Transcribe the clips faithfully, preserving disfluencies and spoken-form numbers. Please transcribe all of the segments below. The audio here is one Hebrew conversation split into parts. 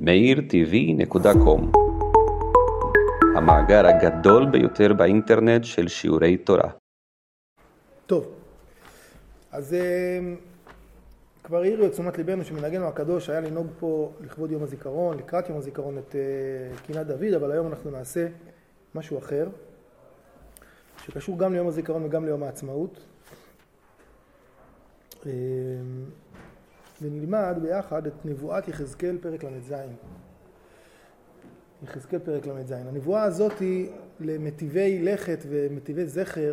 מאיר טי וי נקודה קום, המאגר הגדול ביותר באינטרנט של שיעורי תורה. טוב, אז כבר העירו את תשומת ליבנו שמנהגנו הקדוש היה לנהוג פה לכבוד יום הזיכרון, לקראת יום הזיכרון את קינת דוד, אבל היום אנחנו נעשה משהו אחר, שקשור גם ליום הזיכרון וגם ליום העצמאות. ונלמד ביחד את נבואת יחזקאל פרק למ"ז. יחזקאל פרק למ"ז. הנבואה הזאת היא למטיבי לכת ומטיבי זכר.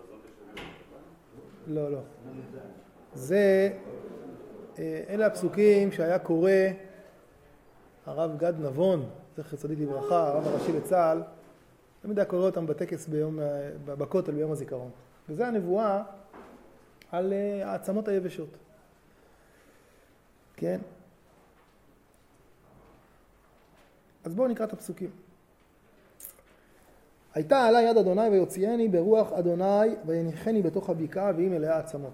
לא, לא. זה, אלה הפסוקים שהיה קורא הרב גד נבון, זכר צדיק לברכה, הרב הראשי לצה"ל, תמיד היה קורא אותם בטקס ביום, בכותל ביום הזיכרון. וזה הנבואה על העצמות היבשות. כן? אז בואו נקרא את הפסוקים. הייתה עלי יד אדוני ויוציאני ברוח אדוני ויניחני בתוך הבקעה והיא מלאה עצמות.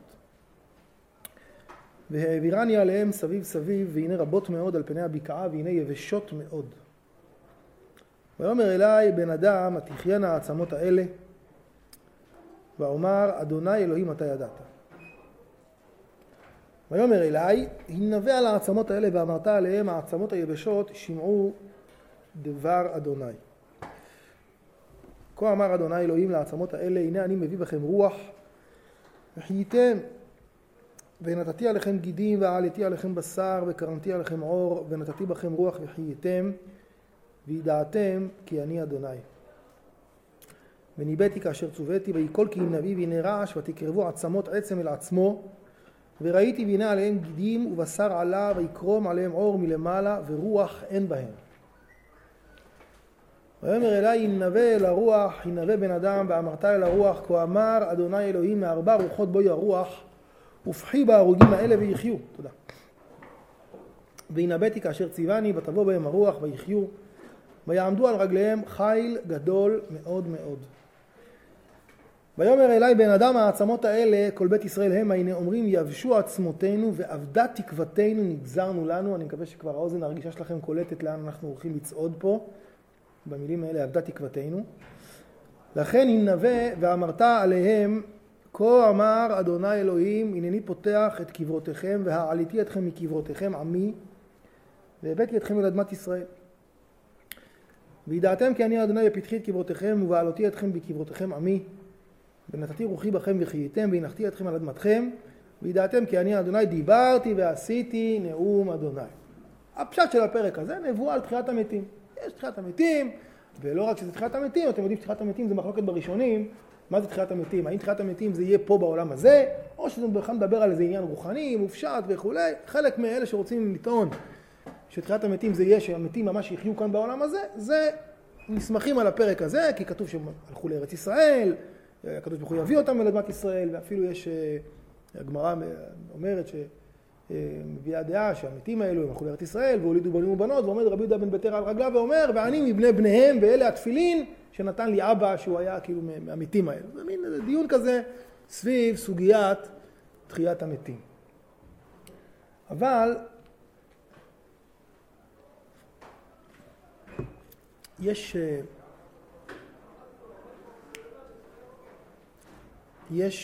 והעבירני עליהם סביב סביב והנה רבות מאוד על פני הבקעה והנה יבשות מאוד. ויאמר אליי בן אדם התחיינה העצמות האלה ואומר אדוני אלוהים אתה ידעת. ויאמר אליי הנבא על העצמות האלה ואמרת עליהם העצמות היבשות שמעו דבר אדוני. כה אמר אדוני אלוהים לעצמות האלה הנה אני מביא בכם רוח וחייתם ונתתי עליכם גידים ועליתי עליכם בשר וקרנתי עליכם עור ונתתי בכם רוח וחייתם וידעתם כי אני אדוני. וניבאתי כאשר צוויתי ויקול כי נביא והנה רעש ותקרבו עצמות עצם אל עצמו וראיתי והנה עליהם גידים ובשר עלה ויקרום עליהם עור מלמעלה ורוח אין בהם. ויאמר אליי הנבא אל הרוח הנבא בן אדם ואמרת אל הרוח כה אמר אדוני אלוהים מארבע רוחות בואי הרוח ופחי בהרוגים האלה ויחיו. תודה. והנבאתי כאשר ציווני ותבוא בהם הרוח ויחיו ויעמדו על רגליהם חיל גדול מאוד מאוד. ויאמר אליי בן אדם העצמות האלה כל בית ישראל הם הנה אומרים יבשו עצמותינו ואבדה תקוותנו נגזרנו לנו. אני מקווה שכבר האוזן הרגישה שלכם קולטת לאן אנחנו הולכים לצעוד פה במילים האלה אבדה תקוותנו. לכן הנבא ואמרת עליהם כה אמר אדוני אלוהים הנני פותח את קברותיכם והעליתי אתכם מקברותיכם עמי והבאתי אתכם אל אדמת ישראל. וידעתם כי אני אדוני בפתחי את קברותיכם ובעלותי אתכם בקברותיכם עמי ונתתי רוחי בכם וחייתם והנחתי אתכם על אדמתכם וידעתם כי אני אדוני דיברתי ועשיתי נאום אדוני. הפשט של הפרק הזה נבואה על תחיית המתים. יש תחיית המתים ולא רק שזה תחיית המתים, אתם יודעים שתחיית המתים זה מחלוקת בראשונים. מה זה תחיית המתים? האם תחיית המתים זה יהיה פה בעולם הזה או שזה בכלל מדבר על איזה עניין רוחני מופשט וכו'. חלק מאלה שרוצים לטעון שתחיית המתים זה יהיה שהמתים ממש יחיו כאן בעולם הזה, זה נסמכים על הפרק הזה, כי כתוב שהם הלכו לארץ ישראל, הקדוש ברוך הוא יביא אותם אל אדמת ישראל, ואפילו יש, הגמרא אומרת שמביאה דעה שהמתים האלו הם הלכו לארץ ישראל, והולידו בנים ובנות, ועומד רבי יהודה בן בתרא על רגליו ואומר, ואני מבני בניהם, ואלה התפילין שנתן לי אבא שהוא היה כאילו מהמתים האלו. זה מין דיון כזה סביב סוגיית תחיית המתים. אבל יש יש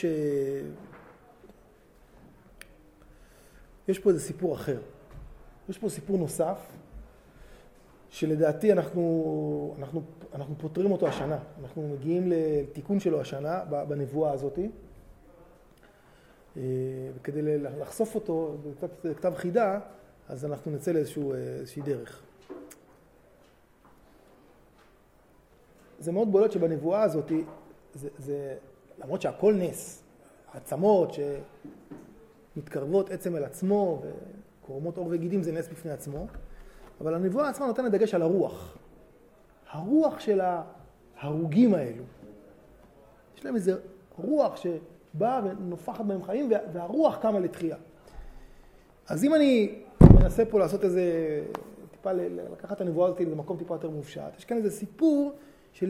יש פה איזה סיפור אחר. יש פה סיפור נוסף שלדעתי אנחנו אנחנו אנחנו פותרים אותו השנה. אנחנו מגיעים לתיקון שלו השנה בנבואה הזאת. וכדי לחשוף אותו בקצת כתב חידה, אז אנחנו נצא לאיזשהו איזושהי דרך. זה מאוד בולט שבנבואה הזאת, זה, זה, למרות שהכל נס, העצמות שמתקרבות עצם אל עצמו וקורמות אור וגידים זה נס בפני עצמו, אבל הנבואה עצמה נותנת דגש על הרוח. הרוח של ההרוגים האלו. יש להם איזה רוח שבאה ונופחת בהם חיים והרוח קמה לתחייה. אז אם אני מנסה פה לעשות איזה, טיפה לקחת את הנבואה הזאת למקום טיפה יותר מופשט, יש כאן איזה סיפור של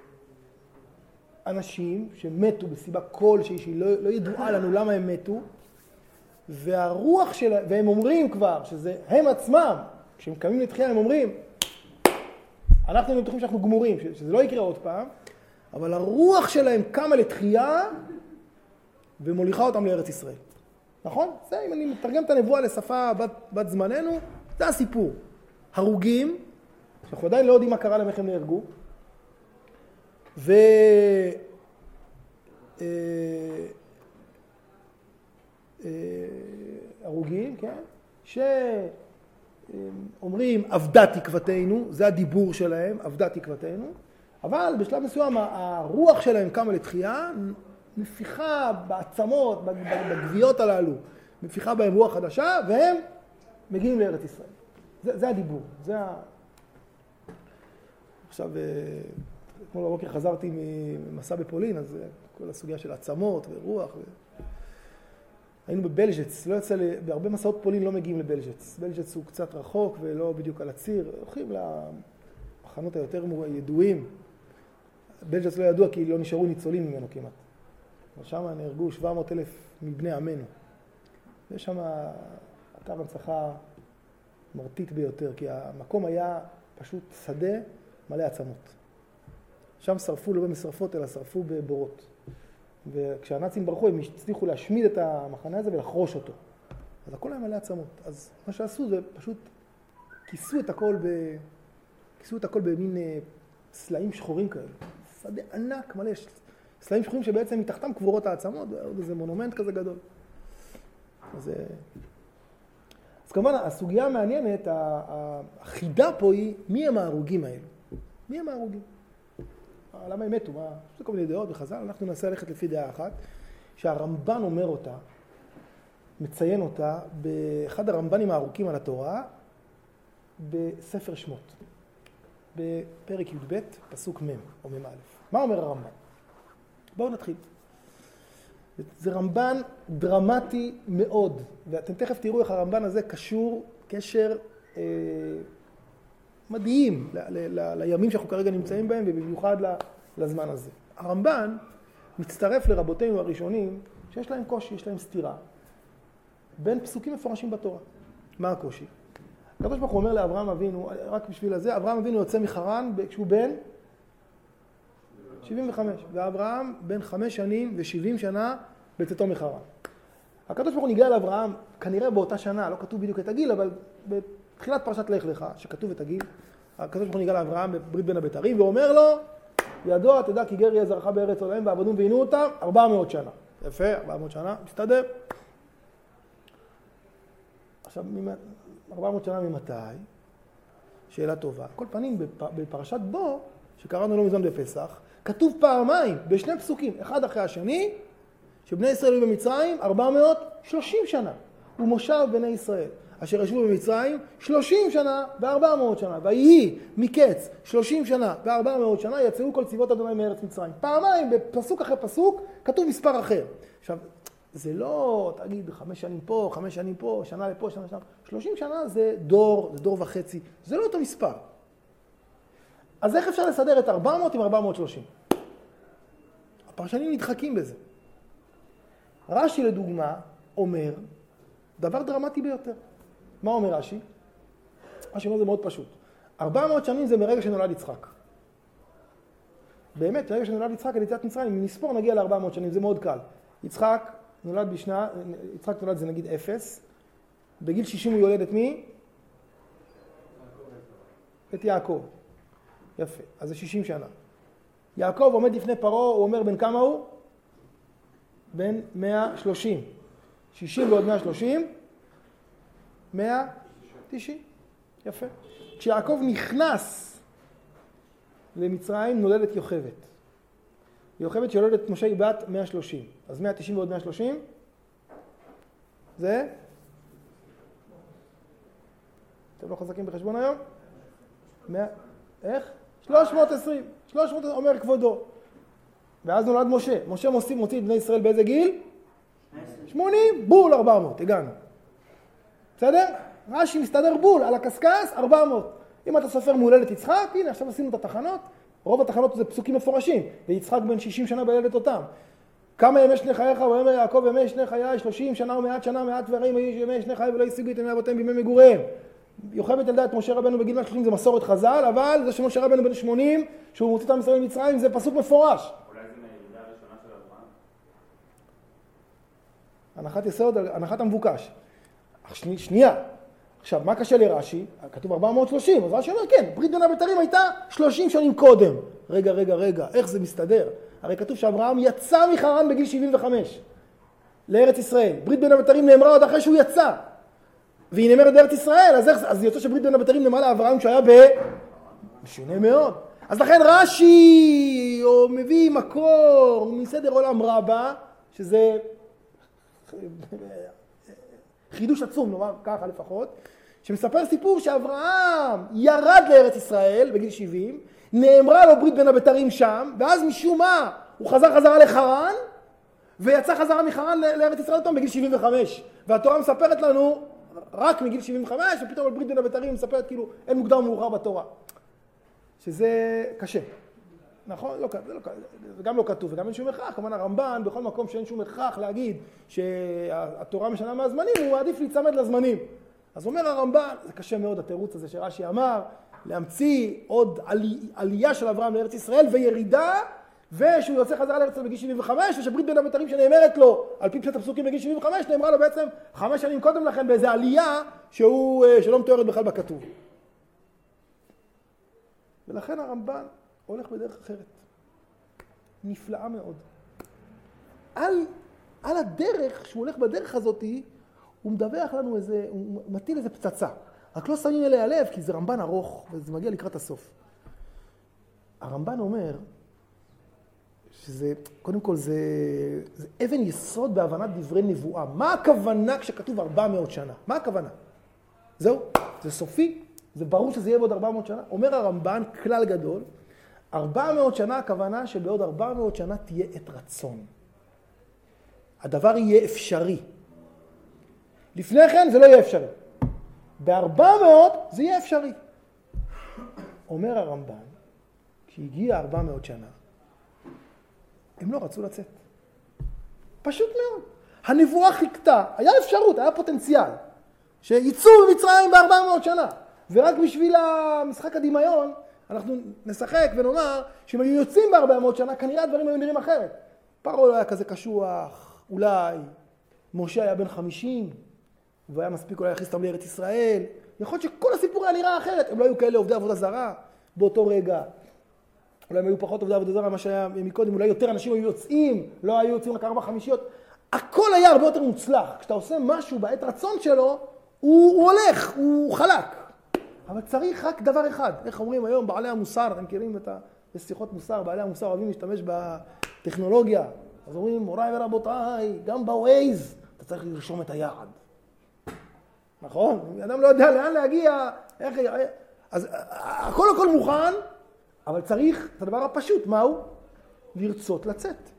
אנשים שמתו בסיבה כלשהי שהיא לא, לא ידועה לנו למה הם מתו, והרוח של, והם אומרים כבר שזה הם עצמם, כשהם קמים לתחייה הם אומרים, אנחנו בטוחים שאנחנו גמורים, שזה לא יקרה עוד פעם, אבל הרוח שלהם קמה לתחייה ומוליכה אותם לארץ ישראל. נכון? זה, אם אני מתרגם את הנבואה לשפה בת, בת זמננו, זה הסיפור. הרוגים, שאנחנו עדיין לא יודעים מה קרה להם איך הם נהרגו, ו... אה, אה, הרוגים, כן? שאומרים, עבדה תקוותנו, זה הדיבור שלהם, עבדה תקוותנו, אבל בשלב מסוים הרוח שלהם קמה לתחייה, מפיחה בעצמות, בגוויות הללו, מפיחה בהם רוח חדשה, והם מגיעים לארץ ישראל. זה, זה הדיבור, זה ה... עכשיו, אתמול בבוקר חזרתי ממסע בפולין, אז כל הסוגיה של עצמות ורוח. ו... היינו בבלז'ץ, לא יצא, ל... בהרבה מסעות פולין לא מגיעים לבלז'ץ. בלז'ץ הוא קצת רחוק ולא בדיוק על הציר, הולכים למחנות היותר ידועים. בלז'ץ לא ידוע כי לא נשארו ניצולים ממנו כמעט. ושם נהרגו שבע מאות אלף מבני עמנו. ויש שם אתר הנצחה מרטיט ביותר, כי המקום היה פשוט שדה מלא עצמות. שם שרפו לא במשרפות, אלא שרפו בבורות. וכשהנאצים ברחו, הם הצליחו להשמיד את המחנה הזה ולחרוש אותו. אז הכל היה מלא עצמות. אז מה שעשו זה פשוט כיסו את הכל, ב... כיסו את הכל במין סלעים שחורים כאלה. שדה ענק מלא, סלעים שחורים שבעצם מתחתם קבורות העצמות, ועוד איזה מונומנט כזה גדול. אז, אז כמובן, הסוגיה המעניינת, החידה פה היא, מי הם ההרוגים האלו? מי הם ההרוגים? למה הם מתו? מה? יש כל מיני דעות בחז"ל, אנחנו ננסה ללכת לפי דעה אחת, שהרמב"ן אומר אותה, מציין אותה, באחד הרמב"נים הארוכים על התורה, בספר שמות, בפרק י"ב, פסוק מ' או מ' א'. מה אומר הרמב"ן? בואו נתחיל. זה רמב"ן דרמטי מאוד, ואתם תכף תראו איך הרמב"ן הזה קשור קשר אה, מדהים ל- ל- ל- לימים שאנחנו כרגע נמצאים בהם, ובמיוחד לזמן הזה. הרמב"ן מצטרף לרבותינו הראשונים שיש להם קושי, יש להם סתירה, בין פסוקים מפורשים בתורה. מה הקושי? הקדוש ברוך הוא אומר לאברהם אבינו, רק בשביל הזה, אברהם אבינו יוצא מחרן כשהוא בן שבעים וחמש, ואברהם בן חמש שנים ושבעים שנה בצאתו מחרן. הקדוש ברוך הוא ניגע לאברהם, כנראה באותה שנה, לא כתוב בדיוק את הגיל, אבל בתחילת פרשת לך לך, שכתוב את הגיל, הקדוש ברוך הוא ניגע לאברהם בברית בין הבתרים, ואומר לו, ידוע תדע כי גר יהיה זרעך בארץ עולהם, ועבדום ועינו אותם ארבע מאות שנה. יפה, ארבע מאות שנה, מסתדר. עכשיו, ארבע מאות שנה ממתי? שאלה טובה. כל פנים, בפרשת בו, שקראנו לא מזמן בפסח, כתוב פעמיים, בשני פסוקים, אחד אחרי השני, שבני ישראל היו במצרים ארבע מאות ושלושים שנה. ומושב בני ישראל, אשר ישבו במצרים שלושים שנה ו-ארבע מאות שנה. ויהי מקץ שלושים שנה ו-ארבע מאות שנה, יצאו כל צבאות אדוני מארץ מצרים. פעמיים, בפסוק אחרי פסוק, כתוב מספר אחר. עכשיו, זה לא, תגיד, חמש שנים פה, חמש שנים פה, שנה לפה, שנה שנה. שלושים שנה זה דור, זה דור וחצי. זה לא אותו מספר. אז איך אפשר לסדר את ארבע מאות עם ארבע מאות ושלושים? הפרשנים נדחקים בזה. רש"י לדוגמה אומר דבר דרמטי ביותר. מה אומר רש"י? רש"י אומר זה מאוד פשוט. ארבע מאות שנים זה מרגע שנולד יצחק. באמת, מרגע שנולד יצחק על יציאת מצרים, אם נספור נגיע ל-ארבע מאות שנים, זה מאוד קל. יצחק נולד בשנה, יצחק נולד זה נגיד אפס. בגיל שישים הוא יולד את מי? את יעקב. יפה, אז זה שישים שנה. יעקב עומד לפני פרעה, הוא אומר בן כמה הוא? בן מאה ושלושים. שישים ועוד מאה ושלושים, מאה ותשעים. יפה. כשיעקב נכנס למצרים נולדת יוכבד. יוכבד שיולדת את משה היא בת מאה ושלושים. אז מאה ותשעים ועוד מאה ושלושים זה? אתם לא חזקים בחשבון היום? מאה... איך? שלוש מאות ועשרים. שלוש מאות אומר כבודו. ואז נולד משה. משה מוציא, מוציא את בני ישראל באיזה גיל? שמונים, בול ארבע מאות, הגענו. בסדר? רש"י מסתדר בול, על הקסקס, ארבע מאות. אם אתה סופר מהולדת יצחק, הנה, עכשיו עשינו את התחנות. רוב התחנות זה פסוקים מפורשים, ויצחק בן שישים שנה בילדת אותם. כמה ימי שני חייך, ואומר יעקב ימי שני חיי, שלושים שנה ומעט שנה, מעט דברים ימי שני חיי, ולא השיגו את ימי אבותיהם בימי מגוריהם. יוכבד ילדה את משה רבנו בגיל מאה ושלושים זה מסורת חז"ל, אבל זה שמשה רבנו בן שמונים, שהוא מוציא את עם ישראל ממצרים, זה פסוק מפורש. אולי זה מהילדה הראשונה של אברהם? הנחת יסוד, הנחת המבוקש. שני, שנייה. עכשיו, מה קשה לרש"י? כתוב ארבע מאות ושלושים, אז רש"י אומר, כן, ברית בין הבתרים הייתה שלושים שנים קודם. רגע, רגע, רגע, איך זה מסתדר? הרי כתוב שאברהם יצא מחרן בגיל שבעים וחמש לארץ ישראל. ברית בין הבתרים נאמרה עוד אחרי שהוא יצא. והיא נאמרת בארץ ישראל, אז, איך, אז יוצא שברית בין הבתרים נאמרה לאברהם שהיה ב... משונה מאוד. אז לכן רש"י או מביא מקור מסדר עולם רבה, שזה חידוש עצום, נאמר ככה לפחות, שמספר סיפור שאברהם ירד לארץ ישראל בגיל שבעים, נאמרה לו ברית בין הבתרים שם, ואז משום מה הוא חזר חזרה לחרן, ויצא חזרה מחרן לארץ ישראל אותו בגיל שבעים וחמש. והתורה מספרת לנו רק מגיל שבעים וחמש, ופתאום על ברית בין הבתרים מספרת כאילו אין מוקדם מאוחר בתורה. שזה קשה. נכון? לא, זה, לא, זה גם לא כתוב, וגם אין שום הכרח. כמובן הרמב"ן, בכל מקום שאין שום הכרח להגיד שהתורה משנה מהזמנים, הוא מעדיף להצמד לזמנים. אז אומר הרמב"ן, זה קשה מאוד התירוץ הזה שרש"י אמר, להמציא עוד עלי, עלייה של אברהם לארץ ישראל וירידה, ושהוא יוצא חזרה לארץ ישראל בגיל שבעים וחמש, ושברית בין הבתרים שנאמרת לו, על פי פשט הפסוקים בגיל שבעים וחמש, נאמרה לו בעצם חמש שנים קודם לכן באיזו עלייה שהוא, שלא מתוארת בכלל בכתוב. ולכן הרמב"ן הולך בדרך אחרת. נפלאה מאוד. על, על הדרך, שהוא הולך בדרך הזאת, הוא מדווח לנו איזה, הוא מטיל איזה פצצה. רק לא שמים אליה לב, כי זה רמב"ן ארוך, וזה מגיע לקראת הסוף. הרמב"ן אומר, שזה, קודם כל זה, זה אבן יסוד בהבנת דברי נבואה. מה הכוונה כשכתוב ארבע מאות שנה? מה הכוונה? זהו, זה סופי, זה ברור שזה יהיה בעוד ארבע מאות שנה. אומר הרמב"ן, כלל גדול, ארבע מאות שנה הכוונה שבעוד ארבע מאות שנה תהיה עת רצון. הדבר יהיה אפשרי. לפני כן זה לא יהיה אפשרי. ב-ארבע מאות זה יהיה אפשרי. אומר הרמב"ן, כשהגיע ארבע מאות שנה, הם לא רצו לצאת. פשוט מאוד. הנבואה חיכתה, היה אפשרות, היה פוטנציאל, שיצאו ממצרים ב-ארבע מאות שנה. ורק בשביל המשחק הדמיון, אנחנו נשחק ונאמר שאם היו יוצאים ב-ארבע מאות שנה, כנראה הדברים היו נראים אחרת. פרעה לא היה כזה קשוח, אולי. משה היה בן חמישים, והיה מספיק אולי להכניס אותם לארץ ישראל. יכול להיות שכל הסיפור היה נראה אחרת. הם לא היו כאלה עובדי עבודה זרה באותו רגע. אולי הם היו פחות עובדי עבודה זרה ממה שהיה מקודם. אולי יותר אנשים היו יוצאים, לא היו יוצאים רק ארבע חמישיות. הכל היה הרבה יותר מוצלח. כשאתה עושה משהו בעת רצון שלו, הוא, הוא הולך, הוא חלק. אבל צריך רק דבר אחד. איך אומרים היום, בעלי המוסר, אתם מכירים את השיחות מוסר, בעלי המוסר אוהבים להשתמש בטכנולוגיה. אז אומרים, מוריי ורבותיי, גם בווייז, אתה צריך לרשום את היעד. נכון? אדם לא יודע לאן להגיע, איך... אז הכל הכל מוכן, אבל צריך את הדבר הפשוט, מהו? לרצות לצאת.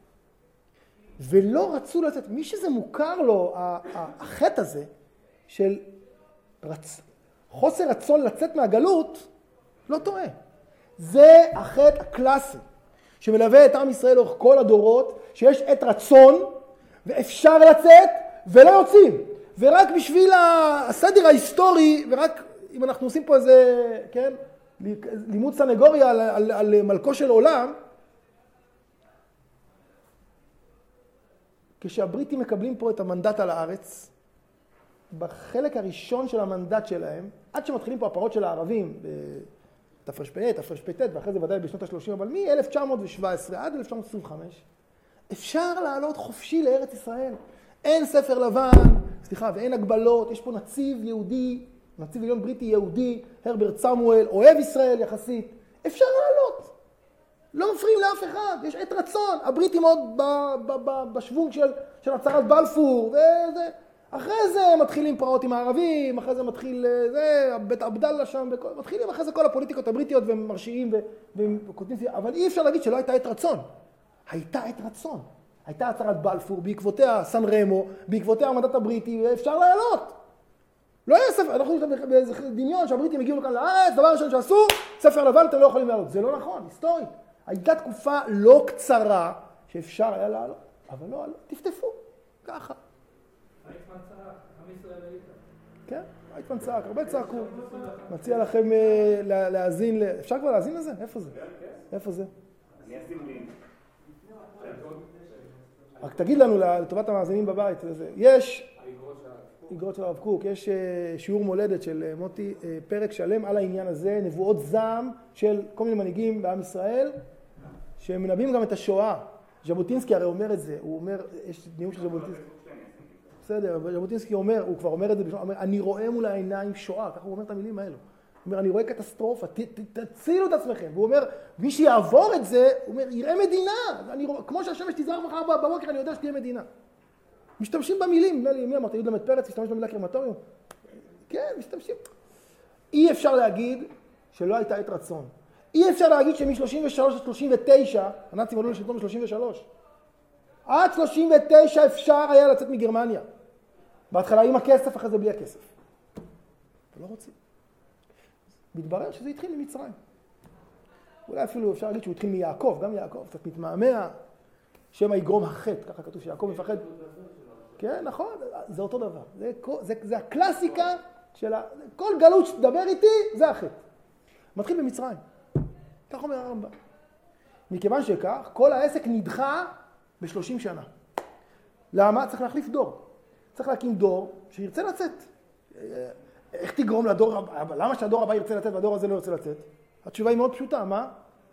ולא רצו לצאת. מי שזה מוכר לו, החטא הזה, של רצ... חוסר רצון לצאת מהגלות, לא טועה. זה החטא הקלאסי, שמלווה את עם ישראל לאורך כל הדורות, שיש עת רצון, ואפשר לצאת, ולא יוצאים. ורק בשביל הסדר ההיסטורי, ורק אם אנחנו עושים פה איזה, כן, לימוד סנגוריה על, על, על מלכו של עולם, כשהבריטים מקבלים פה את המנדט על הארץ, בחלק הראשון של המנדט שלהם, עד שמתחילים פה הפרות של הערבים, תפרשפ"ט, תפרשפ"ט, ואחרי זה ודאי בשנות ה-שלושים, אבל מ-אלף תשע מאות שבע עשרה עד אלף תשע מאות עשרים וחמש, אפשר לעלות חופשי לארץ ישראל. אין ספר לבן, סליחה, ואין הגבלות, יש פה נציב יהודי, נציב עליון בריטי יהודי, הרברט סמואל, אוהב ישראל יחסית. אפשר לעלות. לא מפריעים לאף אחד, יש עת רצון. הבריטים עוד בשוונג של, של הצהרת בלפור, וזה. אחרי זה מתחילים פרעות עם הערבים, אחרי זה מתחיל זה, בית עבדאללה שם, מתחילים אחרי זה כל הפוליטיקות הבריטיות והם מרשיעים וכותבים, אבל אי אפשר להגיד שלא הייתה עת רצון. הייתה עת רצון. הייתה הצהרת בלפור, בעקבותיה סן רמו, בעקבותיה המנדט הבריטי, ואפשר לעלות. לא היה ספר, אנחנו נשאר באיזה דמיון שהבריטים הגיעו לכאן לארץ, דבר ראשון שעשו, ספר לבן אתם לא יכולים לעלות. זה לא נכון, היסטורית. הייתה תקופה לא קצרה שאפשר היה לעלות, אבל לא, תפתפו, ככה. היית מצרה, עם ישראל היית. כן. הייתמן צעק, הרבה צעקו. מציע לכם להאזין, אפשר כבר להאזין לזה? איפה זה? איפה זה? אני אשים לי. רק תגיד לנו לטובת המאזינים בבית, יש, איגרות של הרב קוק, יש שיעור מולדת של מוטי, פרק שלם על העניין הזה, נבואות זעם של כל מיני מנהיגים בעם ישראל, שמנבאים גם את השואה. ז'בוטינסקי הרי אומר את זה, הוא אומר, יש נאום של ז'בוטינסקי. בסדר, אבל ז'בוטינסקי אומר, הוא כבר אומר את זה, הוא אומר, אני רואה מול העיניים שואה, ככה הוא אומר את המילים האלו. הוא אומר, אני רואה קטסטרופה, ת, ת, תצילו את עצמכם. והוא אומר, מי שיעבור את זה, הוא אומר, יראה מדינה. אני, כמו שהשמש תזרח מחר בבוקר, אני יודע שתהיה מדינה. משתמשים במילים, נדמה לי, מי אמרת, יהודה מת פרץ, משתמש במילה קרמטוריום? כן, משתמשים. אי אפשר להגיד שלא הייתה עת רצון. אי אפשר להגיד שמ-שלושים ושלוש עד שלושים ותשע, הנאצים עלו לשלטון ב-שלושים ושלוש, עד שלושים ותשע אפשר היה לצאת מגרמניה. בהתחלה עם הכסף, אחרי זה בלי הכסף. אתה לא רוצים. מתברר שזה התחיל ממצרים. אולי אפילו אפשר להגיד שהוא התחיל מיעקב, גם יעקב, קצת מתמהמה, שמא יגרום החטא, ככה כתוב שיעקב מפחד. כן, נכון, זה אותו דבר. זה, זה, זה הקלאסיקה של ה... כל גלות שתדבר איתי, זה החטא. מתחיל במצרים. כך אומר הרמב"ם. מכיוון שכך, כל העסק נדחה ב-שלושים שנה. למה? צריך להחליף דור. צריך להקים דור שירצה לצאת. איך תגרום לדור הבא? למה שהדור הבא ירצה לצאת והדור הזה לא ירצה לצאת? התשובה היא מאוד פשוטה, מה?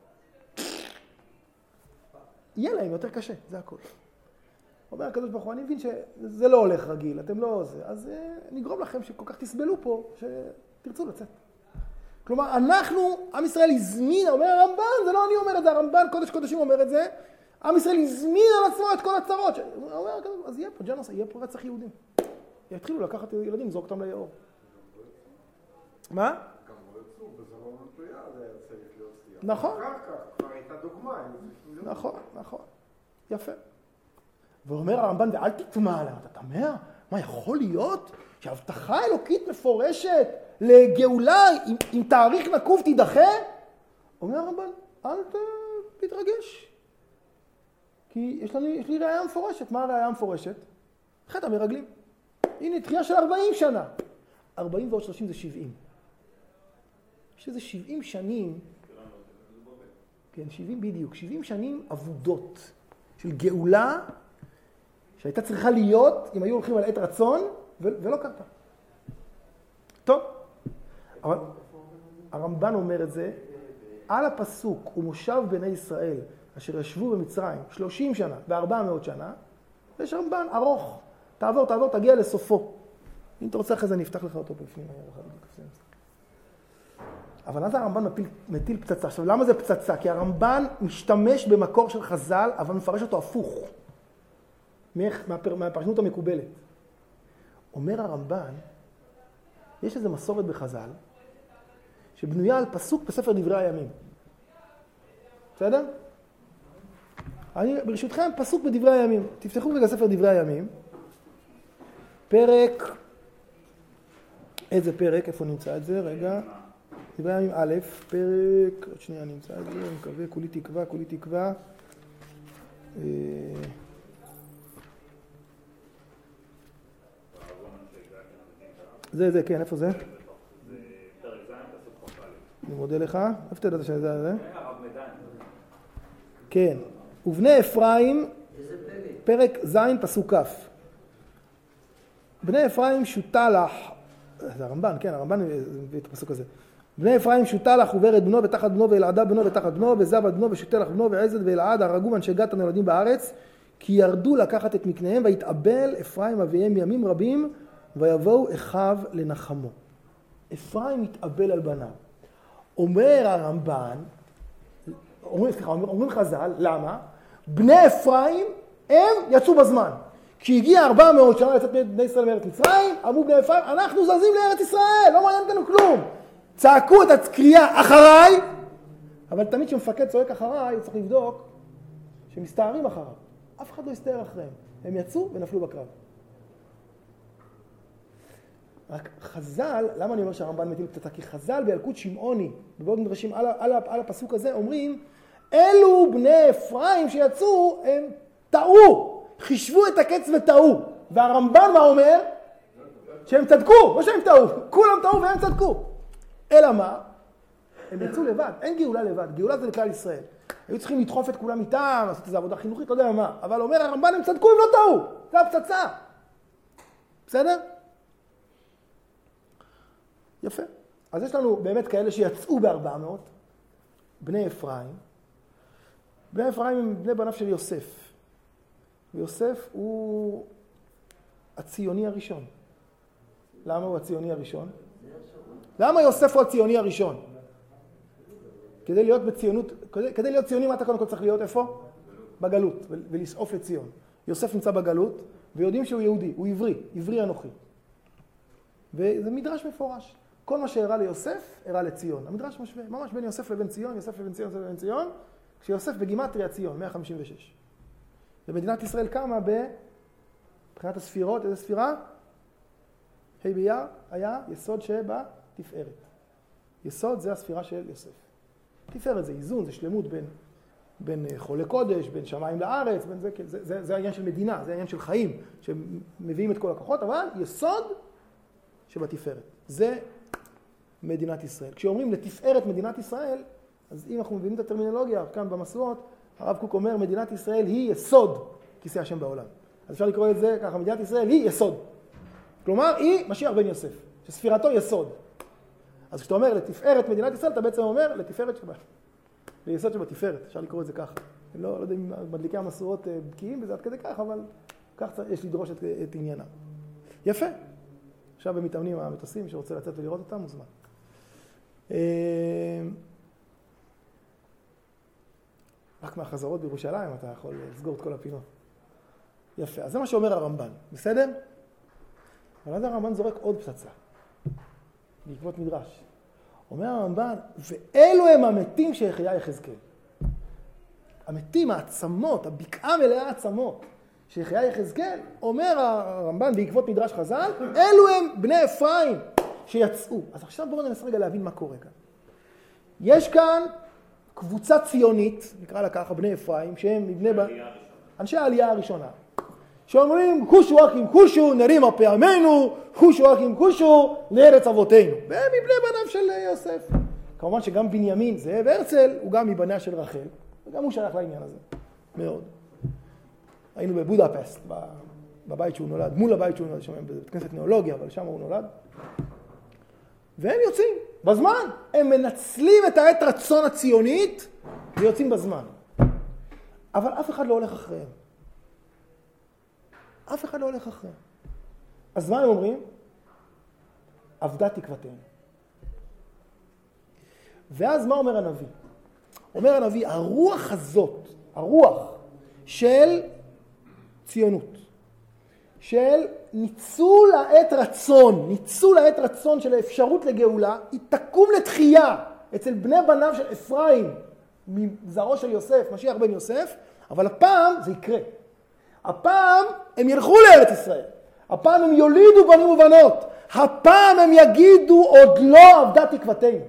יהיה להם יותר קשה, זה הכל. אומר הקדוש ברוך הוא, אני מבין שזה לא הולך רגיל, אתם לא זה, אז נגרום לכם שכל כך תסבלו פה, שתרצו לצאת. כלומר, אנחנו, עם ישראל הזמין, אומר הרמב"ן, זה לא אני אומר את זה, הרמב"ן קודש קודשים אומר את זה, עם ישראל הזמין על עצמו את כל הצרות. הוא אומר, אז יהיה פה ג'נוס, יהיה פה רצח יהודים. יתחילו לקחת ילדים, זרוק אותם ליאור. מה? גם לא יצאו, בזה לא מפריע, זה היה צריך להיות סטייה. נכון. אחר כך, כבר הייתה דוגמה. נכון, נכון. יפה. ואומר הרמב"ן, ואל תתמה עליהם, אתה תמה? מה יכול להיות שהבטחה אלוקית מפורשת לגאולה עם, עם תאריך נקוב תידחה? אומר הרמב"ן, אל תתרגש. כי יש, לנו, יש לי ראייה מפורשת. מה הראייה המפורשת? חטא המרגלים. הנה, תחייה של ארבעים שנה. ארבעים ועוד שלושים זה שבעים. יש איזה שבעים שנים, כן, שבעים בדיוק, שבעים שנים עבודות של גאולה שהייתה צריכה להיות אם היו הולכים על עת רצון ולא קרתה. טוב, אבל הרמב"ן אומר את זה על הפסוק ומושב בני ישראל אשר ישבו במצרים שלושים שנה ו-ארבע מאות שנה, יש רמב"ן ארוך, תעבור, תעבור, תגיע לסופו. אם אתה רוצה אחרי זה אני אפתח לך אותו בפנים. אבל אז הרמב"ן מטיל, מטיל פצצה. עכשיו, למה זה פצצה? כי הרמב"ן משתמש במקור של חז"ל, אבל מפרש אותו הפוך. מהפר, מהפרשנות המקובלת. אומר הרמב"ן, יש איזו מסורת בחז"ל, שבנויה על פסוק בספר דברי הימים. בסדר? אני, ברשותכם, פסוק בדברי הימים. תפתחו רגע ספר דברי הימים. פרק, איזה פרק? איפה נמצא את זה? רגע. דברי הימים א', פרק, עוד שנייה נמצא את זה, אני מקווה, כולי תקווה, כולי תקווה. זה, זה, כן, איפה זה? זה פרק ז' פסוק כ"א. אני מודה לך. איפה תדעת שזה זה? כן. ובני אפרים, פרק ז' פסוק כ'. בני אפרים שותה לך, זה הרמב"ן, כן, הרמב"ן מביא את הפסוק הזה. בני אפרים שותה לך וברד בנו ותחת בנו ואלעדה בנו ותחת בנו וזבד בנו ושותה לך בנו ועזד ואלעד הרגו מאנשי גת הנולדים בארץ כי ירדו לקחת את מקניהם והתאבל אפרים אביהם ימים רבים ויבואו אחיו לנחמו. אפרים התאבל על בניו. אומר הרמב"ן, אומרים, סליחה, אומרים חז"ל, למה? בני אפרים הם יצאו בזמן. כי הגיע ארבע מאות שנה לצאת בני ישראל מארץ מצרים, אמרו בני אפרים, אנחנו זזים לארץ ישראל, לא מעניין אותנו כלום. צעקו את הקריאה אחריי, אבל תמיד כשמפקד צועק אחריי, הוא צריך לבדוק שמסתערים אחריו. אף אחד לא יסתער אחריהם. הם יצאו ונפלו בקרב. רק חז"ל, למה אני אומר שהרמב"ן מטיל פצצה? כי חז"ל בילקוט שמעוני, בבעוד מדרשים על, על, על הפסוק הזה, אומרים, אלו בני אפרים שיצאו, הם טעו, חישבו את הקץ וטעו. והרמב"ן מה אומר? שהם צדקו, לא שהם טעו, כולם טעו והם צדקו. אלא מה? הם יצאו לבד, אין גאולה לבד, גאולה זה לכלל ישראל. היו צריכים לדחוף את כולם איתם, לעשות איזו עבודה חינוכית, לא יודע מה. אבל אומר הרמב"ן, הם צדקו, הם לא טעו. זה הפצצה. בסדר? יפה. אז יש לנו באמת כאלה שיצאו ב-ארבע מאות, בני אפרים. בני אפרים הם בני בניו של יוסף. ויוסף הוא הציוני הראשון. למה הוא הציוני הראשון? למה יוסף הוא הציוני הראשון? כדי להיות בציונות, כדי, כדי להיות ציוני, מה אתה קודם כל צריך להיות? איפה? בגלות, ולשאוף לציון. יוסף נמצא בגלות, ויודעים שהוא יהודי, הוא עברי, עברי אנוכי. וזה מדרש מפורש. כל מה שהראה ליוסף, הראה לציון. המדרש משווה, ממש בין יוסף לבין ציון, יוסף לבין ציון, יוסף לבין ציון, כשיוסף בגימטריה ציון, מאה חמישים ושש. ומדינת ישראל קמה בבחינת הספירות, איזה ספירה? ה' באייר היה יסוד שבה תפארת. יסוד זה הספירה של יוסף. תפארת זה איזון, זה שלמות בין, בין חולי קודש, בין שמיים לארץ, בין זה, זה, זה, זה העניין של מדינה, זה העניין של חיים, שמביאים את כל הכוחות, אבל יסוד שבתפארת. זה מדינת ישראל. כשאומרים לתפארת מדינת ישראל, אז אם אנחנו מבינים את הטרמינולוגיה, כאן במסורות, הרב קוק אומר, מדינת ישראל היא יסוד כיסא השם בעולם. אז אפשר לקרוא את זה ככה, מדינת ישראל היא יסוד. כלומר, היא משיח בן יוסף, שספירתו יסוד. אז כשאתה אומר לתפארת מדינת ישראל, אתה בעצם אומר לתפארת שבה. ליסוד שבתפארת, אפשר לקרוא את זה ככה. אני לא, לא יודע אם מדליקי המסורות בקיאים בזה עד כדי כך, אבל כך יש לדרוש את, את עניינם. יפה. עכשיו הם מתאמנים המטוסים, שרוצה לצאת ולראות אותם, מוזמן. רק מהחזרות בירושלים אתה יכול לסגור את כל הפינות. יפה, אז זה מה שאומר הרמב"ן, בסדר? אבל אז הרמב"ן זורק עוד פצצה, בעקבות מדרש. אומר הרמב"ן, ואלו הם המתים שהחיה יחזקאל. המתים, העצמות, הבקעה מלאה העצמות שהחיה יחזקאל, אומר הרמב"ן בעקבות מדרש חז"ל, אלו הם בני אפרים שיצאו. אז עכשיו בואו ננסה רגע להבין מה קורה כאן. יש כאן קבוצה ציונית, נקרא לה ככה, בני אפרים, שהם מבני ב... אנשי העלייה הראשונה. שאומרים, חושו אחים חושו, נרימה פעמנו, חושו אחים חושו, לארץ אבותינו. והם מבני בניו של יוסף. כמובן שגם בנימין, זאב הרצל, הוא גם מבניה של רחל, וגם הוא שייך לעניין הזה. מאוד. היינו בבודפסט, בבית שהוא נולד, מול הבית שהוא נולד, שם בבית כנסת נאולוגיה, אבל שם הוא נולד. והם יוצאים בזמן. הם מנצלים את העת רצון הציונית ויוצאים בזמן. אבל אף אחד לא הולך אחריהם. אף אחד לא הולך אחריהם. אז מה הם אומרים? עבדה תקוותיהם. ואז מה אומר הנביא? אומר הנביא, הרוח הזאת, הרוח של ציונות, של ניצול העת רצון, ניצול העת רצון של האפשרות לגאולה, היא תקום לתחייה אצל בני בניו של אפרים, מזרעו של יוסף, משיח בן יוסף, אבל הפעם זה יקרה. הפעם הם ילכו לארץ ישראל. הפעם הם יולידו בנים ובנות. הפעם הם יגידו, עוד לא עבדה תקוותנו.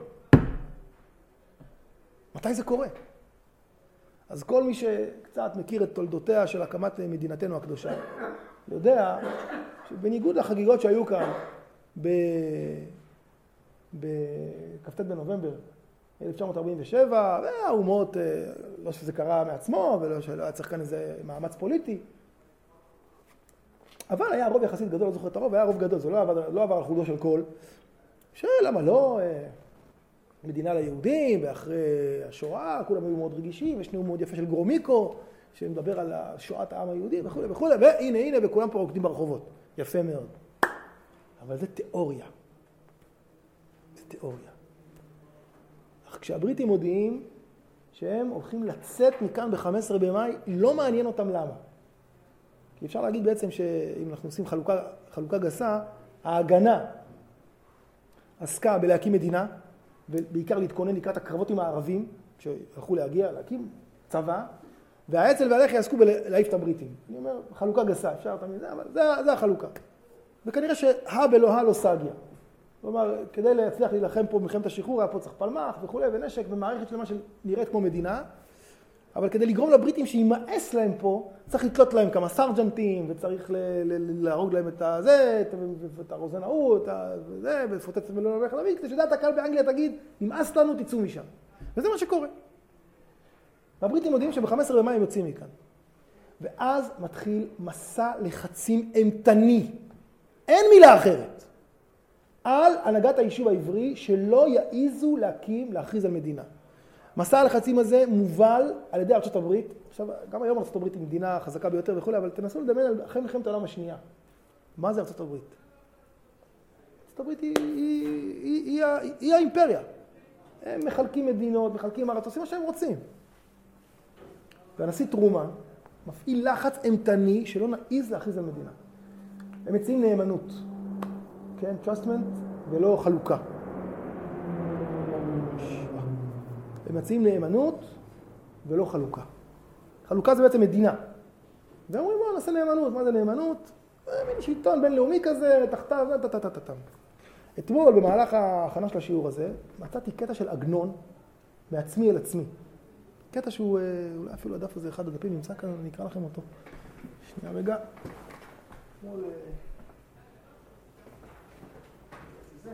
מתי זה קורה? אז כל מי שקצת מכיר את תולדותיה של הקמת מדינתנו הקדושה, יודע שבניגוד לחגיגות שהיו כאן בכ"ט בנובמבר אלף תשע מאות ארבעים ושבע, והאומות, לא שזה קרה מעצמו, ולא שלא היה צריך כאן איזה מאמץ פוליטי, אבל היה רוב יחסית גדול, לא זוכר את הרוב, היה רוב גדול, זה לא עבר, לא עבר על חודו של כל, שלמה לא, מדינה ליהודים, ואחרי השואה, כולם היו מאוד רגישים, יש נאום מאוד יפה של גרומיקו, שמדבר על שואת העם היהודי וכו' וכו', והנה, הנה, וכולם פה רוקדים ברחובות. יפה מאוד. אבל זה תיאוריה. זה תיאוריה. אך כשהבריטים מודיעים שהם הולכים לצאת מכאן ב-חמישה עשר במאי, לא מעניין אותם למה. כי אפשר להגיד בעצם שאם אנחנו עושים חלוקה, חלוקה גסה, ההגנה עסקה בלהקים מדינה, ובעיקר להתכונן לקראת הקרבות עם הערבים, שהלכו להגיע, להקים צבא, והאצ"ל והלח"י יעסקו בלהעיף את הבריטים. אני אומר, חלוקה גסה, אפשר תמיד זה, אבל זה, זה החלוקה. וכנראה שהא בלוהה לא סגיה. כלומר, כדי להצליח להילחם פה במלחמת השחרור, היה פה צריך פלמ"ח וכו' ונשק, ומערכת שלמה שנראית כמו מדינה, אבל כדי לגרום לבריטים שימאס להם פה, צריך לתלות להם כמה סרג'נטים, וצריך להרוג להם את הזה, את הרוזן ההוא, את זה, ולפוצץ ולא נלך להביא, כדי שדעת הקהל באנגליה תגיד, נמאס לנו, תצאו משם. וזה מה שקורה. והבריטים יודעים ב-חמישה עשר במאי הם יוצאים מכאן. ואז מתחיל מסע לחצים אימתני. אין מילה אחרת. על הנהגת היישוב העברי שלא יעיזו להקים, להכריז על מדינה. מסע הלחצים הזה מובל על ידי ארצות הברית. עכשיו, גם היום ארצות הברית היא מדינה חזקה ביותר וכו', אבל תנסו לדמיין על אחרי מלחמת העולם השנייה. מה זה ארצות הברית? ארצות הברית היא, היא, היא, היא, היא, היא האימפריה. הם מחלקים מדינות, מחלקים ארץ, עושים מה שהם רוצים. והנשיא טרומן מפעיל לחץ אימתני שלא נעיז להכריז על מדינה. הם מציעים נאמנות. כן, trustment ולא חלוקה. הם מציעים נאמנות ולא חלוקה. חלוקה זה בעצם מדינה. והם אומרים, בואו נעשה נאמנות. מה זה נאמנות? מין שלטון בינלאומי כזה, תחתיו, תתתתתתם. אתמול, במהלך ההכנה של השיעור הזה, מצאתי קטע של עגנון מעצמי אל עצמי. קטע שהוא, אולי אפילו הדף הזה, אחד הדפים נמצא כאן, אני אקרא לכם אותו. שנייה רגע. אתמול... זה.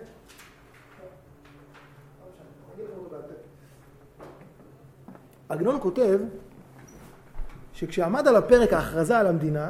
עגנון כותב שכשעמד על הפרק ההכרזה על המדינה,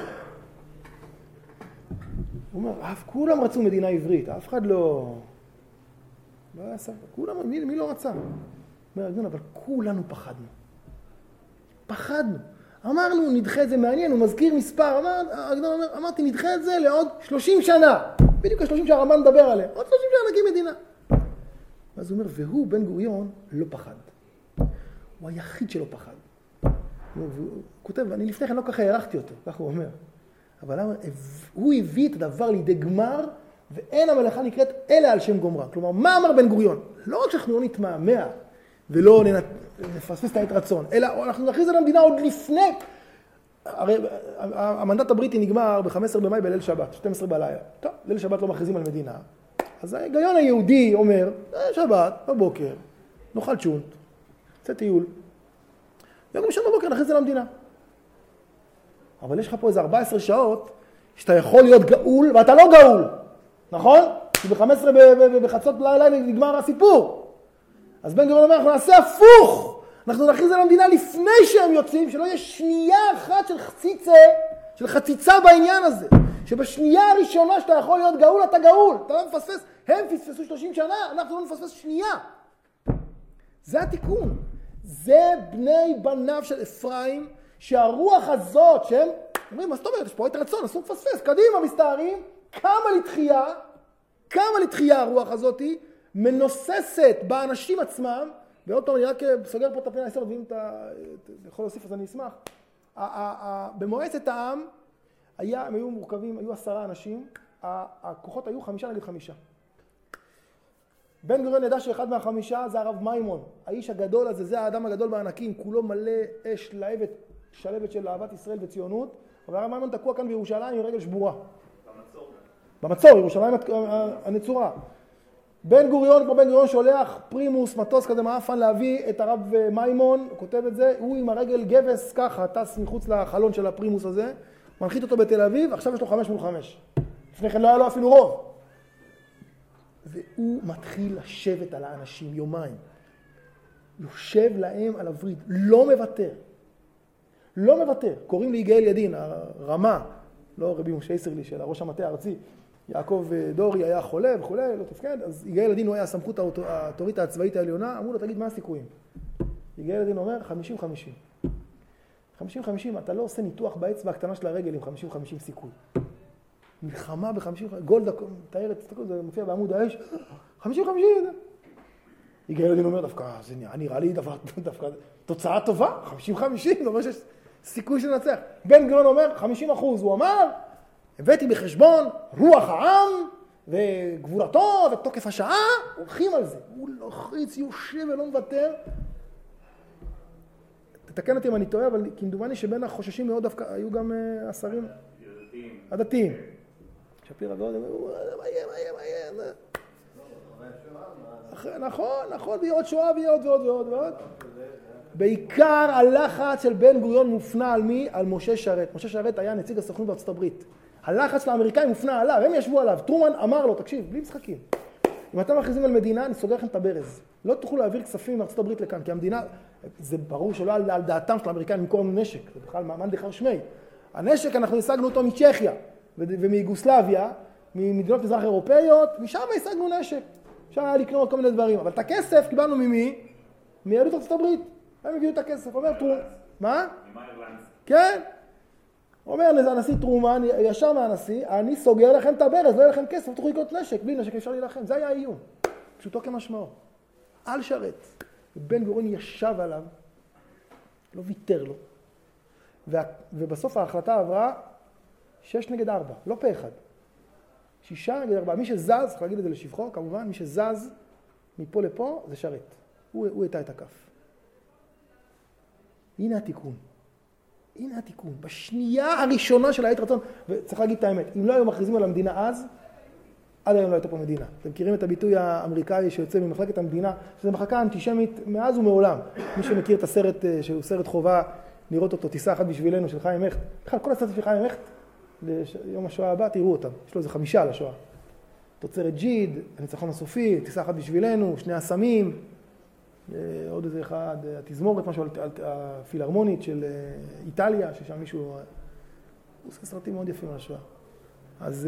הוא אומר, אף כולם רצו מדינה עברית, אף אחד לא... לא היה סבבה, כולם, מי, מי לא רצה? אומר עגנון, אבל כולנו פחדנו. פחדנו. אמרנו, נדחה את זה מעניין, הוא מזכיר מספר, אמר, עגנון אומר, אמרתי, נדחה את זה לעוד שלושים שנה. בדיוק ה-שלושים שהרמב"ן מדבר עליהם. עוד שלושים שנה נקים מדינה. ואז הוא אומר, והוא, בן גוריון, לא פחד. הוא היחיד שלא פחד. הוא כותב, אני לפני כן לא ככה הערכתי אותו, כך הוא אומר. אבל הוא הביא את הדבר לידי גמר, ואין המלאכה נקראת אלא על שם גומרה. כלומר, מה אמר בן גוריון? לא רק שאנחנו לא נתמהמה ולא נפספס את העת רצון, אלא אנחנו נכריז על המדינה עוד לפני. הרי המנדט הבריטי נגמר ב-חמישה עשר במאי בליל שבת, שתים עשרה בלילה. טוב, ליל שבת לא מכריזים על מדינה. אז ההיגיון היהודי אומר, שבת, בבוקר, נאכל צ'ונט, נצא טיול, ויום ראשון בבוקר נכריז על המדינה. אבל יש לך פה איזה ארבע עשרה שעות, שאתה יכול להיות גאול, ואתה לא גאול, נכון? כי ב-חמש עשרה בחצות לילה נגמר הסיפור. אז בן גוריון אומר, אנחנו נעשה הפוך. אנחנו נכריז על המדינה לפני שהם יוצאים, שלא יהיה שנייה אחת של חציצה, של חציצה בעניין הזה. שבשנייה הראשונה שאתה יכול להיות גאול, אתה גאול. אתה לא מפספס, הם פספסו שלושים שנה, אנחנו לא נפספס שנייה. זה התיקון. זה בני בניו של אפרים, שהרוח הזאת, שהם אומרים, מה זאת אומרת? יש פה את רצון, אסור מפספס. קדימה מסתערים, כמה לתחייה, כמה לתחייה הרוח הזאת, מנוססת באנשים עצמם, ועוד פעם, אני רק סוגר פה את הפינה היסוד, ואם אתה יכול להוסיף אז אני אשמח. במועצת העם, הם היו מורכבים, היו עשרה אנשים, הכוחות היו חמישה נגד חמישה. בן גוריון ידע שאחד מהחמישה זה הרב מימון, האיש הגדול הזה, זה האדם הגדול בענקים, כולו מלא אש להבת, שלבת של אהבת ישראל וציונות, אבל הרב מימון תקוע כאן בירושלים עם רגל שבורה. במצור. במצור, ירושלים הנצורה. בן גוריון, כמו בן גוריון שולח פרימוס, מטוס כזה מאפן להביא את הרב מימון, הוא כותב את זה, הוא עם הרגל גבס ככה, טס מחוץ לחלון של הפרימוס הזה, מנחית אותו בתל אביב, עכשיו יש לו חמש מול חמש. לפני כן לא היה לו אפילו רוב. והוא מתחיל לשבת על האנשים יומיים. יושב להם על הוריד, לא מוותר. לא מוותר. קוראים לי יגאל ידין, הרמה, לא רבי משה יסרלי של הראש המטה הארצי, יעקב דורי היה חולה וכו', לא תפקד, אז יגאל ידין הוא היה הסמכות האוטוריטה הצבאית העליונה, אמרו לו, תגיד מה הסיכויים? יגאל ידין אומר, חמישים חמישים. חמישים חמישים, אתה לא עושה ניתוח באצבע הקטנה של הרגל עם חמישים חמישים סיכוי. מלחמה ב-חמישים חמישים, גולדה, תארת, זה מופיע בעמוד האש, חמישים חמישים. יגאל ידין אומר, דווקא, זה נראה לי דבר, דווקא, תוצאה טובה, חמישים חמישים, זאת אומרת שיש סיכוי שנצח. בן גוריון אומר, חמישים אחוז, הוא אמר, הבאתי בחשבון רוח העם וגבורתו ותוקף השעה, הולכים על זה. הוא לוחץ, יושב ולא מוותר. תתקן אותי אם אני טועה, אבל כמדומני שבין החוששים מאוד דווקא היו גם השרים הדתיים. הדתיים. שפירא ועוד, מה יהיה, מה יהיה, מה יהיה. נכון, נכון, ויהיה עוד שואה ויהיה עוד ועוד ועוד ועוד. בעיקר הלחץ של בן גוריון מופנה על מי? על משה שרת. משה שרת היה נציג הסוכנות בארצות הברית. הלחץ של האמריקאים מופנה עליו, הם ישבו עליו. טרומן אמר לו, תקשיב, בלי משחקים. אם אתם מכריזים על מדינה, אני סוגר לכם את הברז. לא תוכלו להעביר כספים מארצות הברית לכאן, כי המדינה, זה ברור שלא על, על דעתם של האמריקאים למכור לנו נשק. זה בכלל מאמן דחר שמי. הנשק, אנחנו השגנו אותו מצ'כיה ומיוגוסלביה, ממדינות מזרח אירופאיות, משם השגנו נשק. אפשר היה לקנות כל מיני דברים. אבל את הכסף קיבלנו ממי? מיהדות ארצות הברית. הם הביאו את הכסף. אומר טרומן. מה? כן. אומר הנשיא טרומן, ישר מהנשיא, אני סוגר לכם את הברז, לא יהיה לכם כסף, תוכלו לקנות נשק, בלי נשק אפשר להילחם. זה היה האיום. פשוטו כמשמעו. אל שרת. ובן גוריון ישב עליו, לא ויתר לו. ובסוף ההחלטה עברה שש נגד ארבע, לא פה אחד. שישה נגד ארבע. מי שזז, צריך להגיד את זה לשבחו, כמובן, מי שזז מפה לפה זה שרת. הוא, הוא הייתה את הכף. הנה התיקון. הנה התיקון. בשנייה הראשונה של העת רצון, וצריך להגיד את האמת, אם לא היו מכריזים על המדינה אז, עד היום לא הייתה פה מדינה. אתם מכירים את הביטוי האמריקאי שיוצא ממחלקת המדינה, שזו מחלקה אנטישמית מאז ומעולם. מי שמכיר את הסרט, שהוא סרט חובה, לראות אותו, טיסה אחת בשבילנו של חיים הכט. בכלל, כל הסרט של חיים הכט, ליום השואה הבא, תראו אותם. יש לו איזה חמישה על השואה. תוצרת ג'יד, הניצחון הסופי, טיסה אחת בשבילנו, שני הסמים, עוד איזה אחד, התזמורת, משהו, הפילהרמונית של איטליה, ששם מישהו... הוא עושה סרטים מאוד יפים על השואה. אז...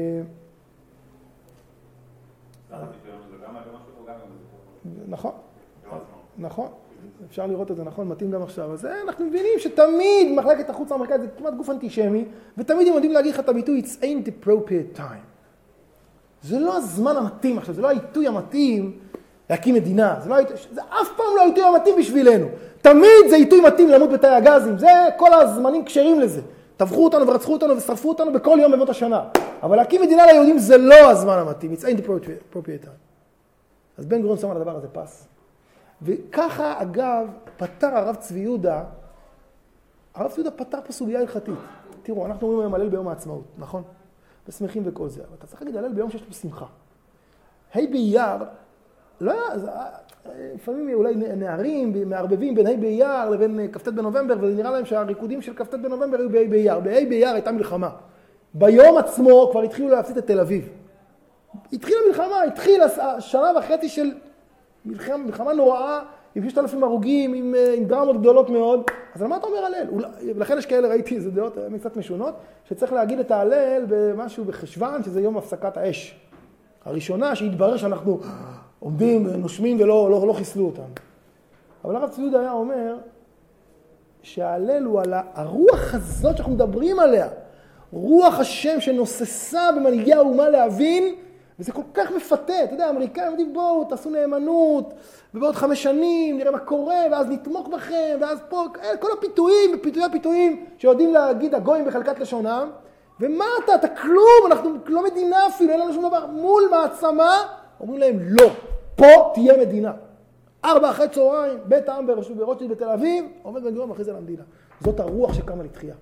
נכון, נכון, אפשר לראות את זה, נכון, מתאים גם עכשיו. אז אנחנו מבינים שתמיד מחלקת החוץ האמריקאית זה כמעט גוף אנטישמי, ותמיד הם יודעים להגיד לך את הביטוי, it's ain't the appropriate time. זה לא הזמן המתאים עכשיו, זה לא העיתוי המתאים להקים מדינה, זה, לא העיתוי, זה אף פעם לא העיתוי המתאים בשבילנו. תמיד זה עיתוי מתאים למות בתאי הגזים, זה כל הזמנים קשרים לזה. טבחו אותנו ורצחו אותנו ושרפו אותנו בכל יום במות השנה. אבל להקים מדינה ליהודים זה לא הזמן המתאים, it's ain't the appropriate time. אז בן גוריון שם על הדבר הזה פס. וככה, אגב, פתר הרב צבי יהודה, הרב צבי יהודה פתר פה סוגיה הלכתית. תראו, אנחנו אומרים היום הלל ביום העצמאות, נכון? ושמחים וכל זה, אבל אתה צריך להגיד הלל ביום שיש לו שמחה. ה' באייר, לא היה, לפעמים אולי נערים מערבבים בין ה' באייר לבין כ"ט בנובמבר, וזה נראה להם שהריקודים של כ"ט בנובמבר היו בה' באייר. בה' באייר הייתה מלחמה. ביום עצמו כבר התחילו להפסיד את תל אביב. התחילה מלחמה, התחילה שנה וחצי של מלחמה, מלחמה נוראה, עם ששת אלפים הרוגים, עם, עם דרמות גדולות מאוד. אז על מה אתה אומר הלל? ולכן יש כאלה, ראיתי איזה דעות קצת משונות, שצריך להגיד את ההלל במשהו בחשוון, שזה יום הפסקת האש. הראשונה שהתברר שאנחנו עומדים, נושמים ולא לא, לא חיסלו אותנו. אבל הרב צבי יהודה היה אומר שההלל הוא על הרוח הזאת שאנחנו מדברים עליה. רוח השם שנוססה במנהיגי האומה להבין, וזה כל כך מפתה. אתה יודע, האמריקאים יודעים, בואו, תעשו נאמנות, ובעוד חמש שנים נראה מה קורה, ואז נתמוך בכם, ואז פה, כל הפיתויים, פיתויי הפיתויים, שיודעים להגיד הגויים בחלקת לשונם, ומה אתה? אתה כלום, אנחנו לא מדינה אפילו, אין לנו שום דבר. מול מעצמה, אומרים להם, לא, פה תהיה מדינה. ארבע אחרי צהריים, בית העם ברוטשילד בתל אביב, עומד בן גוריון מכריז על המדינה. זאת הרוח שקמה לתחייה.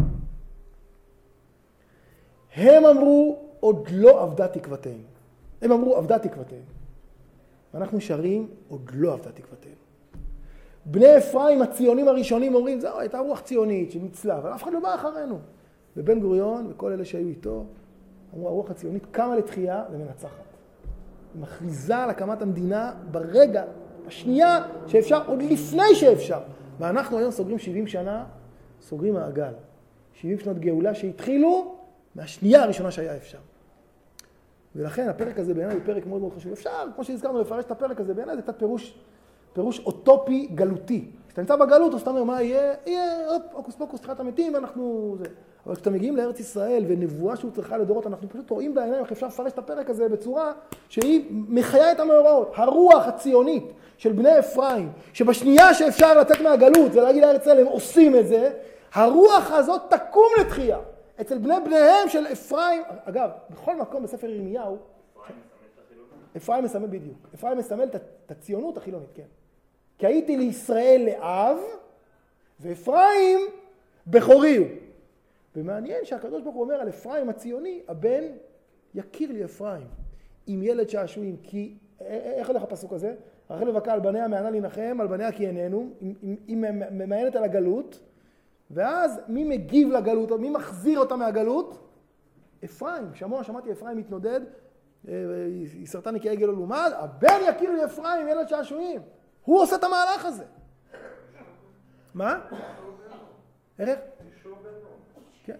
הם אמרו, עוד לא עבדה תקוותיהם. הם אמרו, עבדה תקוותיהם. ואנחנו שרים, עוד לא עבדה תקוותיהם. בני אפרים, הציונים הראשונים, אומרים, זהו, הייתה רוח ציונית שניצלה, אבל אף אחד לא בא אחרינו. ובן גוריון וכל אלה שהיו איתו, אמרו, הרוח הציונית קמה לתחייה ומנצחת. היא מכריזה על הקמת המדינה ברגע, בשנייה שאפשר, עוד לפני שאפשר. ואנחנו היום סוגרים שבעים שנה, סוגרים מעגל. שבעים שנות גאולה שהתחילו, מהשנייה הראשונה שהיה אפשר. ולכן הפרק הזה בעיניי הוא פרק מאוד מאוד חשוב. אפשר, כמו שהזכרנו, לפרש את הפרק הזה, בעיניי זה קצת פירוש, פירוש אוטופי גלותי. כשאתה נמצא בגלות, אז אתה אומר, מה יהיה? יהיה, אופ, אוקוס פוקוס, תחיית המתים, ואנחנו... זה. אבל כשאתה מגיעים לארץ ישראל, ונבואה שהוא צריכה לדורות, אנחנו פשוט רואים בעיניים איך אפשר לפרש את הפרק הזה בצורה שהיא מחיה את המאורעות. הרוח הציונית של בני אפרים, שבשנייה שאפשר לצאת מהגלות ולהגיד לארץ ישראל, הם עושים את זה, הרוח הזאת תקום לתחייה. אצל בני בניהם של אפרים, אגב, בכל מקום בספר ירמיהו, אפרים מסמל בדיוק. אפרים מסמל את הציונות החילונית, כן. כי הייתי לישראל לאב, ואפרים בכורי הוא. ומעניין שהקדוש ברוך הוא אומר על אפרים הציוני, הבן יכיר לי אפרים, עם ילד שעשועים. כי, איך הולך הפסוק הזה? רחל לבכה על בניה מענה להנחם, על בניה כי איננו, היא ממיינת על הגלות, ואז מי מגיב לגלות, מי מחזיר אותה מהגלות? אפרים, שמוע, שמעתי אפרים מתנודד, יסרטני כעגל לא לומד, הבן יכיר לי אפרים, ילד שעשועים. הוא עושה את המהלך הזה. מה? ערך? כן.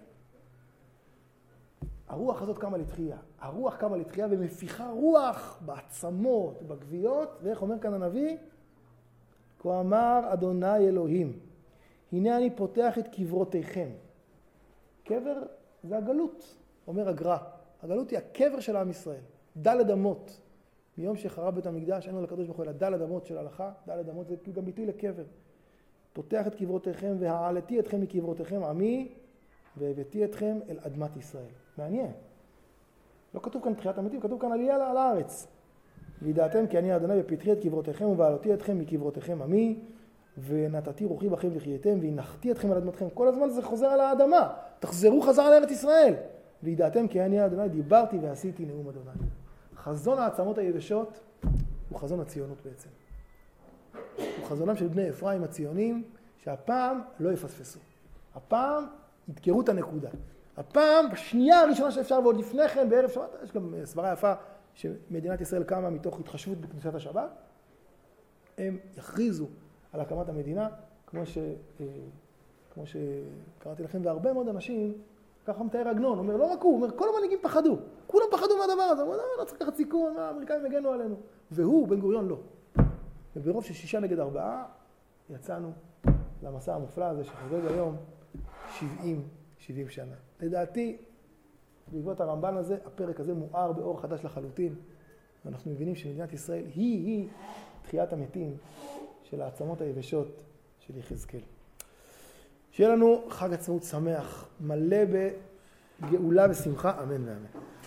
הרוח הזאת קמה לתחייה. הרוח קמה לתחייה ומפיחה רוח בעצמות, בגוויות, ואיך אומר כאן הנביא? כה אמר אדוני אלוהים, הנה אני פותח את קברותיכם. קבר זה הגלות, אומר הגר"א. הגלות היא הקבר של עם ישראל. דלת אמות. מיום שחרב בית המקדש, אין לו לקדוש ברוך הוא אלא דלת אמות של הלכה. דלת אמות זה גם ביטוי לקבר. פותח את קברותיכם והעלתי אתכם מקברותיכם עמי, והבאתי אתכם אל אדמת ישראל. מעניין. לא כתוב כאן תחיית המתים, כתוב כאן עלייה על הארץ. וידעתם כי אני אדוני בפתחי את קברותיכם ובעלתי אתכם מקברותיכם עמי, ונתתי רוחי בכם וחייתם, והנחתי אתכם על אדמתכם. כל הזמן זה חוזר על האדמה. תחזרו חזרה לארץ ישראל. וידעתם כי אני אדוני דיברתי ועשיתי נאום אדוני. חזון העצמות היבשות הוא חזון הציונות בעצם. הוא חזונם של בני אפרים הציונים, שהפעם לא יפספסו. הפעם ידקרו את הנקודה. הפעם, בשנייה הראשונה שאפשר, ועוד לפני כן, בערב שבת, יש גם סברה יפה שמדינת ישראל קמה מתוך התחשבות בקדושת השבת, הם יכריזו על הקמת המדינה, כמו, ש, כמו שקראתי לכם, והרבה מאוד אנשים, ככה מתאר עגנון, אומר, לא רק הוא, אומר, כל המנהיגים פחדו, כולם פחדו מהדבר הזה, הוא אומר, לא, לא צריך לקחת סיכון, האמריקאים הגנו עלינו, והוא, בן גוריון, לא. וברוב של שישה נגד ארבעה, יצאנו למסע המופלא הזה שחוגג היום שבעים, שבעים שנה. לדעתי, בעקבות הרמב"ן הזה, הפרק הזה מואר באור חדש לחלוטין, ואנחנו מבינים שמדינת ישראל היא-היא תחיית המתים של העצמות היבשות של יחזקאל. שיהיה לנו חג עצמאות שמח, מלא בגאולה ושמחה, אמן ואמן.